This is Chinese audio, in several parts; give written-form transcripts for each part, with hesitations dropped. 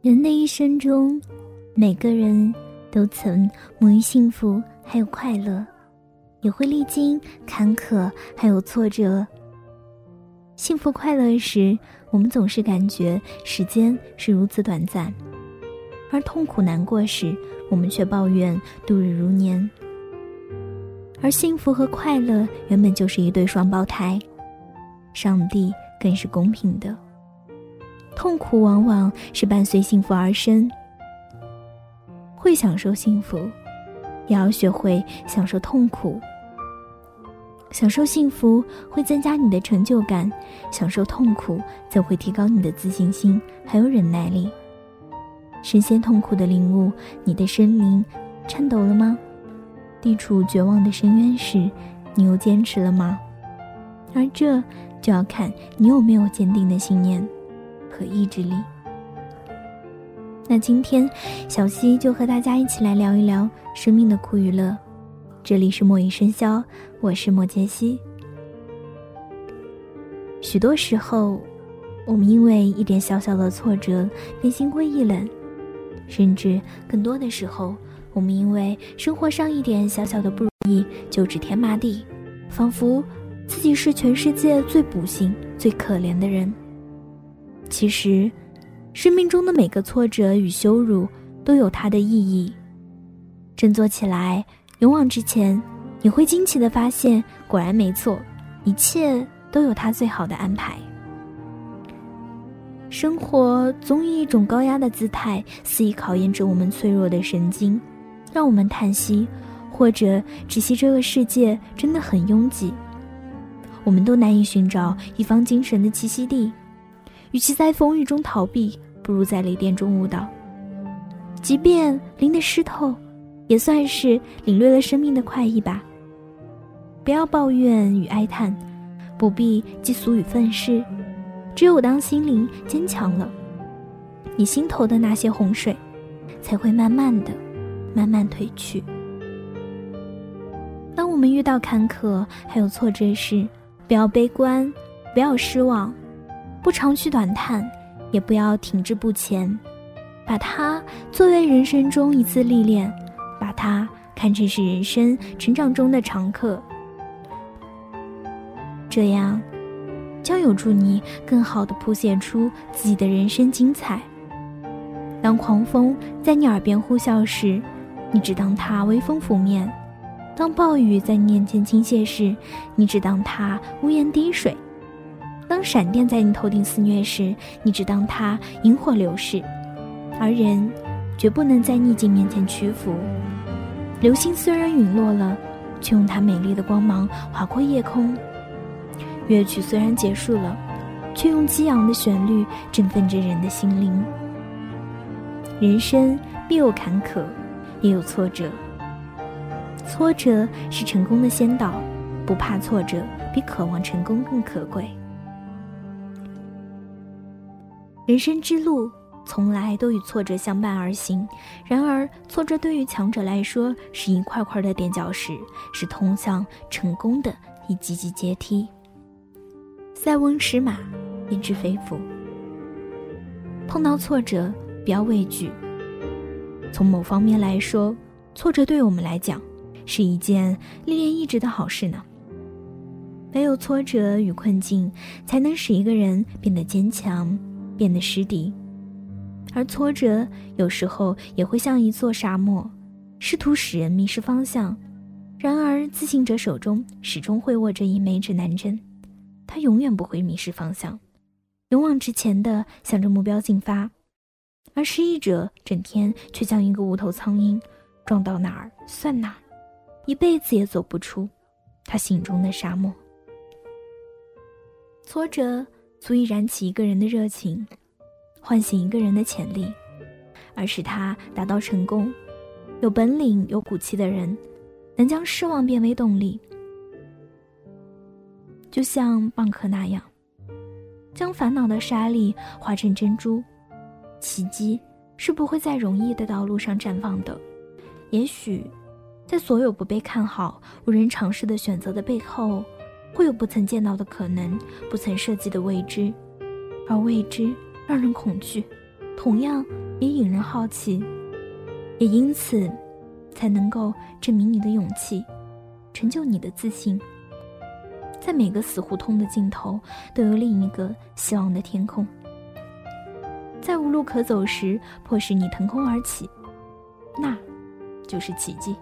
人的一生中，每个人都曾沐浴幸福还有快乐，也会历经坎坷还有挫折。幸福快乐时，我们总是感觉时间是如此短暂，而痛苦难过时，我们却抱怨度日如年。而幸福和快乐原本就是一对双胞胎，上帝更是公平的。痛苦往往是伴随幸福而生，会享受幸福，也要学会享受痛苦。享受幸福会增加你的成就感，享受痛苦则会提高你的自信心还有忍耐力。深陷痛苦的领悟，你的生灵颤抖了吗？地处绝望的深渊时，你又坚持了吗？而这就要看你有没有坚定的信念和意志力。那今天小溪就和大家一起来聊一聊生命的苦与乐。这里是墨雨笙箫，我是莫杰西。许多时候，我们因为一点小小的挫折便心灰意冷，甚至更多的时候，我们因为生活上一点小小的不如意就指天骂地，仿佛自己是全世界最不幸最可怜的人。其实生命中的每个挫折与羞辱都有它的意义，振作起来，勇往直前，你会惊奇地发现，果然没错，一切都有它最好的安排。生活总以一种高压的姿态肆意考验着我们脆弱的神经，让我们叹息，或者只惜这个世界真的很拥挤。我们都难以寻找一方精神的栖息地，与其在风雨中逃避，不如在雷电中舞蹈。即便淋得湿透，也算是领略了生命的快意吧。不要抱怨与哀叹，不必嫉俗与愤世，只有当心灵坚强了，你心头的那些洪水才会慢慢退去。当我们遇到坎坷还有挫折时，不要悲观，不要失望，不长吁短叹，也不要停滞不前，把它作为人生中一次历练，把它看成是人生成长中的常客，这样将有助你更好地谱写出自己的人生精彩。当狂风在你耳边呼啸时，你只当它微风拂面；当暴雨在你眼前倾泻时，你只当它屋檐滴水；当闪电在你头顶肆虐时，你只当它萤火流逝。而人绝不能在逆境面前屈服。流星虽然陨落了，却用它美丽的光芒划过夜空；乐曲虽然结束了，却用激昂的旋律振奋着人的心灵。人生必有坎坷，也有挫折。挫折是成功的先导，不怕挫折比渴望成功更可贵。人生之路从来都与挫折相伴而行，然而挫折对于强者来说是一块块的垫脚石，是通向成功的一级级阶梯。塞翁失马，焉知非福。碰到挫折不要畏惧，从某方面来说，挫折对我们来讲是一件历练意志的好事呢。唯有挫折与困境，才能使一个人变得坚强，变得失敌。而挫折有时候也会像一座沙漠，试图使人迷失方向。然而自信者手中始终会握着一枚指南针，他永远不会迷失方向，勇往直前地向着目标进发。而失意者整天却像一个无头苍蝇，撞到哪儿算哪儿，一辈子也走不出他心中的沙漠。挫折足以燃起一个人的热情，唤醒一个人的潜力，而使他达到成功。有本领有骨气的人，能将失望变为动力，就像蚌壳那样，将烦恼的沙粒化成珍珠。奇迹是不会在容易的道路上绽放的，也许在所有不被看好无人尝试的选择的背后，会有不曾见到的可能，不曾设计的未知，而未知让人恐惧， 同样也引人好奇，也因此才能够证明你的勇气，成就你的自信。在每个死胡同的尽头都有另一个希望的天空，在无路可走时迫使你腾空而起，那就是奇迹。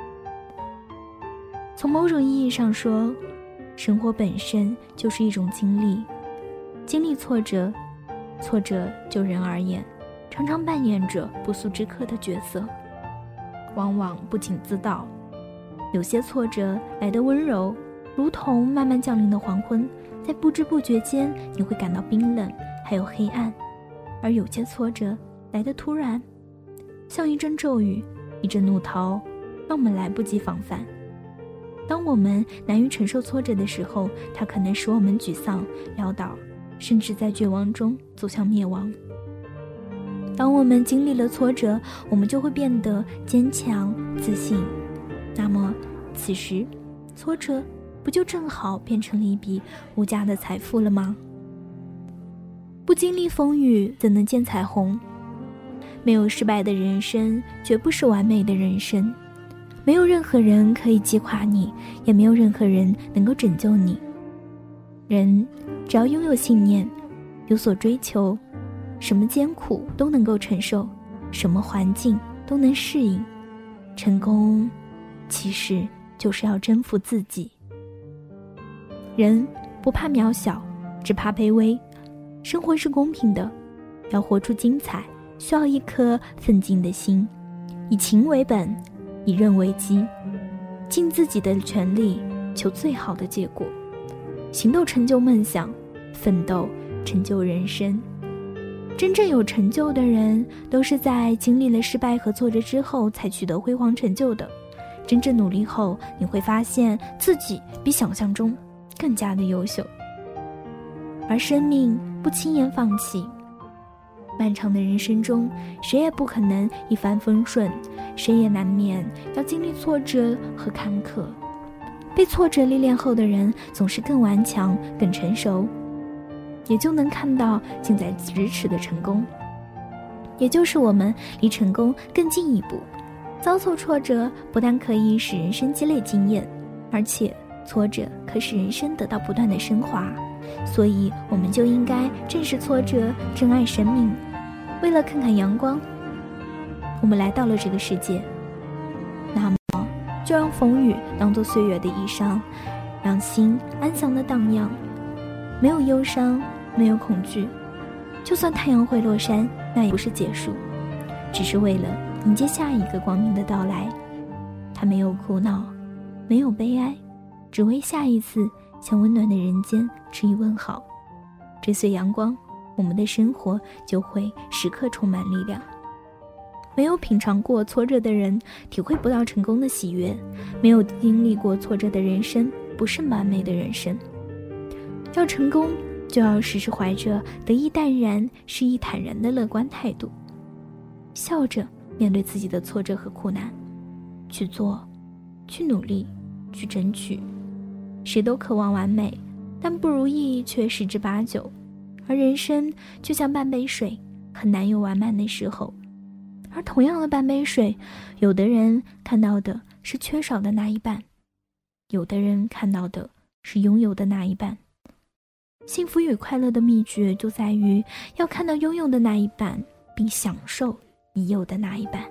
从某种意义上说，生活本身就是一种经历，经历挫折，挫折就人而言常常扮演着不速之客的角色，往往不请自到。有些挫折来得温柔，如同慢慢降临的黄昏，在不知不觉间你会感到冰冷还有黑暗。而有些挫折来得突然，像一阵骤雨，一阵怒涛，让我们来不及防范。当我们难于承受挫折的时候，它可能使我们沮丧潦倒，甚至在绝望中走向灭亡。当我们经历了挫折，我们就会变得坚强自信，那么此时挫折不就正好变成了一笔无价的财富了吗？不经历风雨怎能见彩虹？没有失败的人生绝不是完美的人生，没有任何人可以击垮你，也没有任何人能够拯救你。人只要拥有信念，有所追求，什么艰苦都能够承受，什么环境都能适应。成功其实就是要征服自己。人不怕渺小，只怕卑微。生活是公平的，要活出精彩，需要一颗奋进的心，以情为本，以任为基，尽自己的全力求最好的结果，行动成就梦想，奋斗成就人生。真正有成就的人，都是在经历了失败和挫折之后才取得辉煌成就的。真正努力后，你会发现自己比想象中更加的优秀。而生命不轻言放弃，漫长的人生中，谁也不可能一帆风顺，谁也难免要经历挫折和坎坷。被挫折历练后的人，总是更顽强更成熟，也就能看到近在咫尺的成功，也就是我们离成功更进一步。遭受挫折不但可以使人生积累经验，而且挫折可使人生得到不断的升华。所以我们就应该正视挫折，珍爱生命。为了看看阳光，我们来到了这个世界，那么就让风雨当作岁月的衣裳，让心安详的荡漾，没有忧伤，没有恐惧。就算太阳会落山，那也不是结束，只是为了迎接下一个光明的到来。它没有苦恼，没有悲哀，只为下一次向温暖的人间致以问好。追随阳光，我们的生活就会时刻充满力量。没有品尝过挫折的人，体会不到成功的喜悦；没有经历过挫折的人生，不是完美的人生。要成功，就要时时怀着得意淡然、失意坦然的乐观态度，笑着面对自己的挫折和苦难，去做，去努力，去争取。谁都渴望完美，但不如意却十之八九，而人生就像半杯水，很难有完满的时候。而同样的半杯水，有的人看到的是缺少的那一半，有的人看到的是拥有的那一半。幸福与快乐的秘诀就在于要看到拥有的那一半，并享受已有的那一半。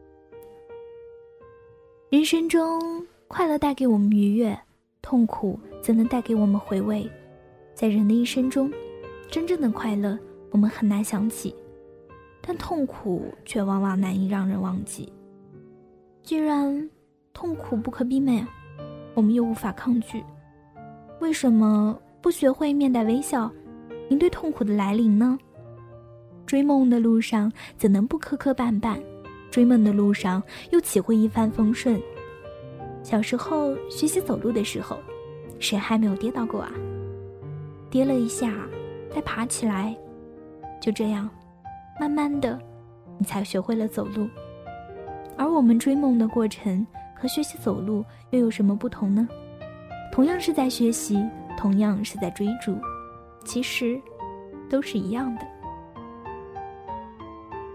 人生中，快乐带给我们愉悦，痛苦则能带给我们回味。在人的一生中，真正的快乐我们很难想起，但痛苦却往往难以让人忘记。既然痛苦不可避免，我们又无法抗拒，为什么不学会面带微笑应对痛苦的来临呢？追梦的路上怎能不磕磕绊绊？追梦的路上又岂会一帆风顺？小时候学习走路的时候，谁还没有跌倒过啊？跌了一下再爬起来，就这样慢慢的你才学会了走路。而我们追梦的过程和学习走路又有什么不同呢？同样是在学习，同样是在追逐，其实都是一样的。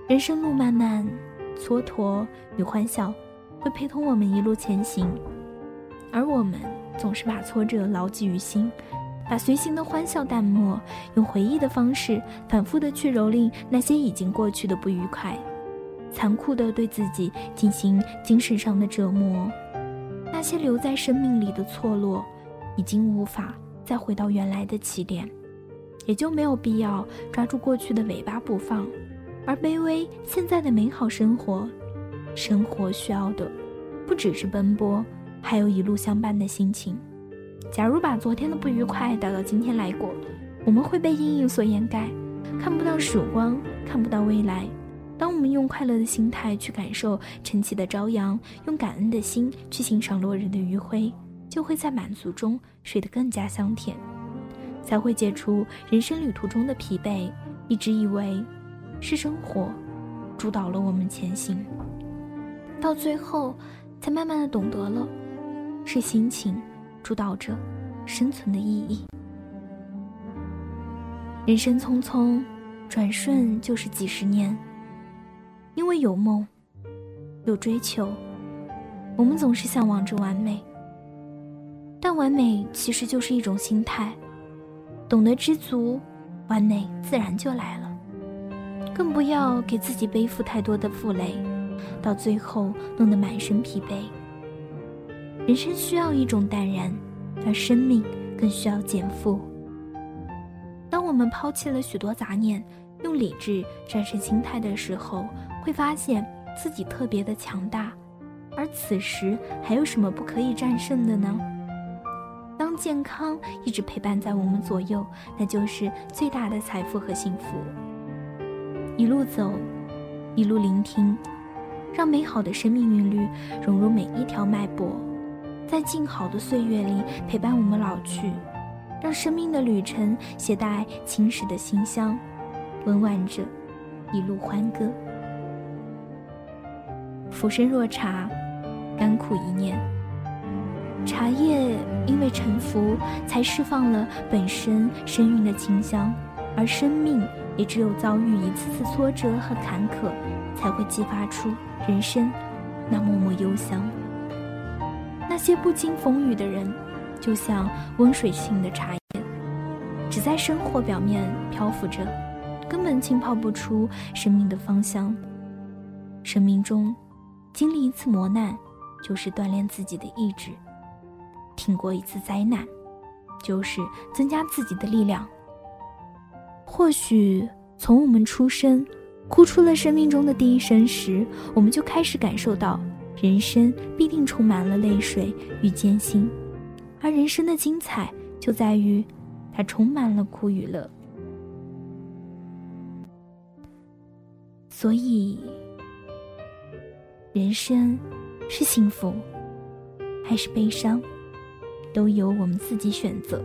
人生路漫漫，蹉跎与欢笑会陪同我们一路前行，而我们总是把挫折牢记于心，把随行的欢笑淡漠，用回忆的方式反复地去蹂躏那些已经过去的不愉快，残酷地对自己进行精神上的折磨。那些留在生命里的错落已经无法再回到原来的起点，也就没有必要抓住过去的尾巴不放，而卑微现在的美好生活。生活需要的不只是奔波，还有一路相伴的心情。假如把昨天的不愉快带到今天来过，我们会被阴影所掩盖，看不到曙光，看不到未来。当我们用快乐的心态去感受晨起的朝阳，用感恩的心去欣赏落日的余晖，就会在满足中睡得更加香甜，才会解除人生旅途中的疲惫。一直以为是生活主导了我们前行，到最后才慢慢的懂得了，是心情主导着生存的意义。人生匆匆，转瞬就是几十年。因为有梦，有追求，我们总是向往着完美。但完美其实就是一种心态，懂得知足，完美自然就来了。更不要给自己背负太多的负累，到最后弄得满身疲惫。人生需要一种淡然，而生命更需要减负。当我们抛弃了许多杂念，用理智战胜心态的时候，会发现自己特别的强大。而此时还有什么不可以战胜的呢？当健康一直陪伴在我们左右，那就是最大的财富和幸福。一路走，一路聆听，让美好的生命韵律融入每一条脉搏，在静好的岁月里陪伴我们老去，让生命的旅程携带青石的馨香，温婉着一路欢歌。浮生若茶，甘苦一念。茶叶因为沉浮，才释放了本身生韵的清香，而生命也只有遭遇一次次挫折和坎坷，才会激发出人生那脉脉幽香。那些不经风雨的人，就像温水性的茶叶，只在生活表面漂浮着，根本浸泡不出生命的芳香。生命中经历一次磨难，就是锻炼自己的意志；挺过一次灾难，就是增加自己的力量。或许从我们出生，哭出了生命中的第一声时，我们就开始感受到人生必定充满了泪水与艰辛，而人生的精彩就在于它充满了苦与乐。所以人生是幸福还是悲伤，都由我们自己选择。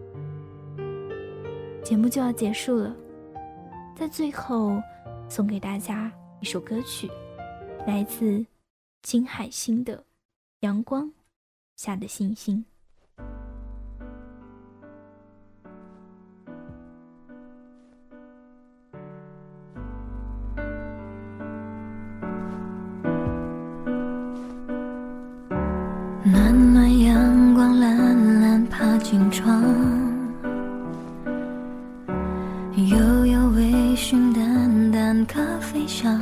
节目就要结束了，在最后送给大家一首歌曲，来自金海心的《阳光下的星星》。 暖暖阳光懒懒爬进窗，悠悠微醺淡淡咖啡香，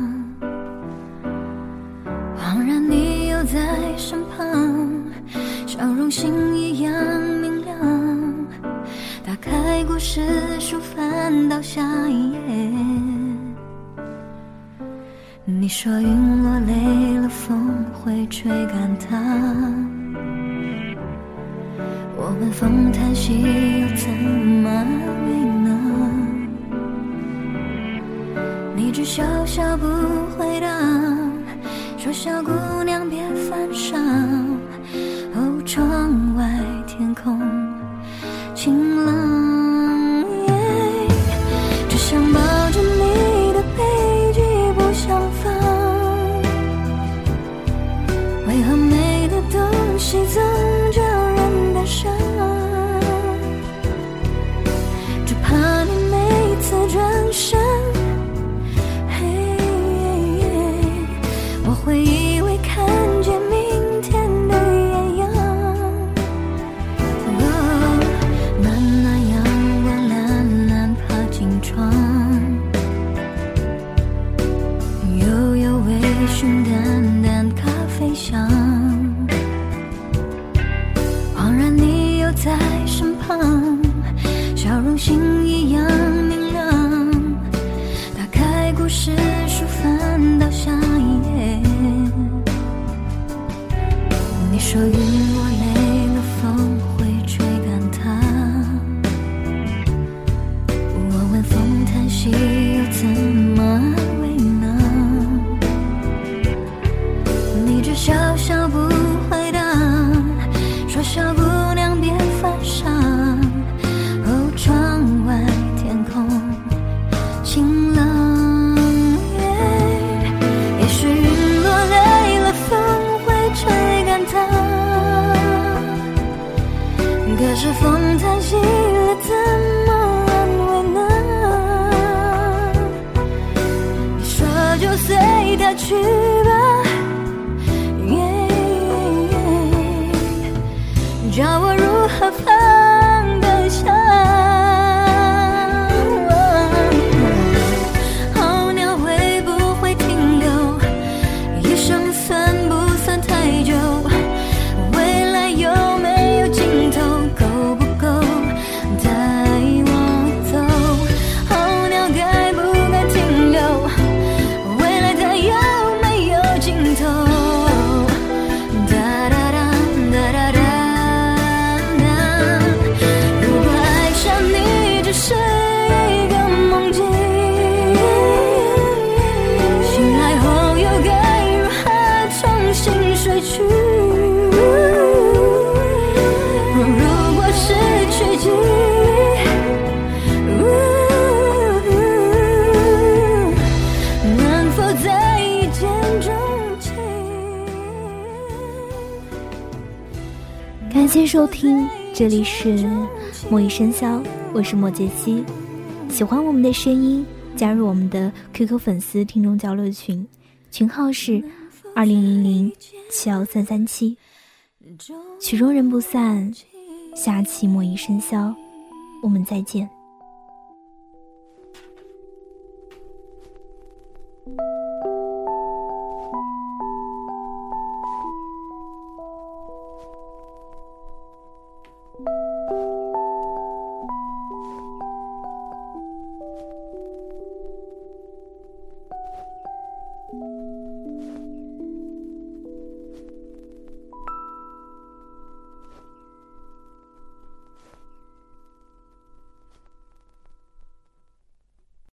恍然你又在身旁，笑容星一样明亮。打开故事书翻到下一页，你说云落累了风会吹干它，我们风叹息又怎么安慰呢？你只笑笑不回答，说小姑娘别犯傻。哦，窗外天空晴朗，只想抱着你的背脊不想放。为何美的东西总叫人感伤？只怕你每次转身，嘿， 在身旁，笑容星一样明亮。打开故事书，翻到下一页。你说云落累了，风会吹干它。我问风叹息又怎么安慰呢？你只笑笑不回答，说小姑娘别犯傻。哦，窗外天空晴朗，也许云落累了，风会吹干它。可是风叹息了，怎么安慰呢？你说就随它去吧，叫我如何放得下？候鸟会不会停留？一生算不算太久？未来有没有尽头？够不够带我走？候鸟该不该停留？未来它有没有尽头？哒哒哒哒哒哒。是一个梦境，醒来后又该如何重新睡去？如果失去记忆，能否再一见钟情？ 感谢收听，这里是墨雨笙箫，我是莫杰西。喜欢我们的声音，加入我们的 QQ 粉丝听众交流群，群号是2000-71337。曲终人不散，下期墨雨笙箫，我们再见。